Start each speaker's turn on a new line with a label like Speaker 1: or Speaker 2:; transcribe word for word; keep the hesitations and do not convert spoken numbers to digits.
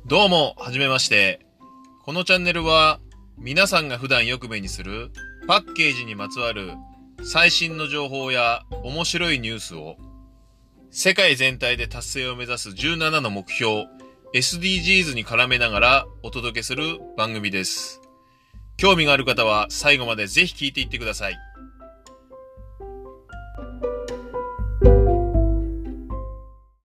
Speaker 1: どうも、はじめまして。このチャンネルは、皆さんが普段よく目にするパッケージにまつわる最新の情報や面白いニュースを、世界全体で達成を目指すじゅうななの目標、エスディージーズ に絡めながらお届けする番組です。興味がある方は最後までぜひ聞いていってください。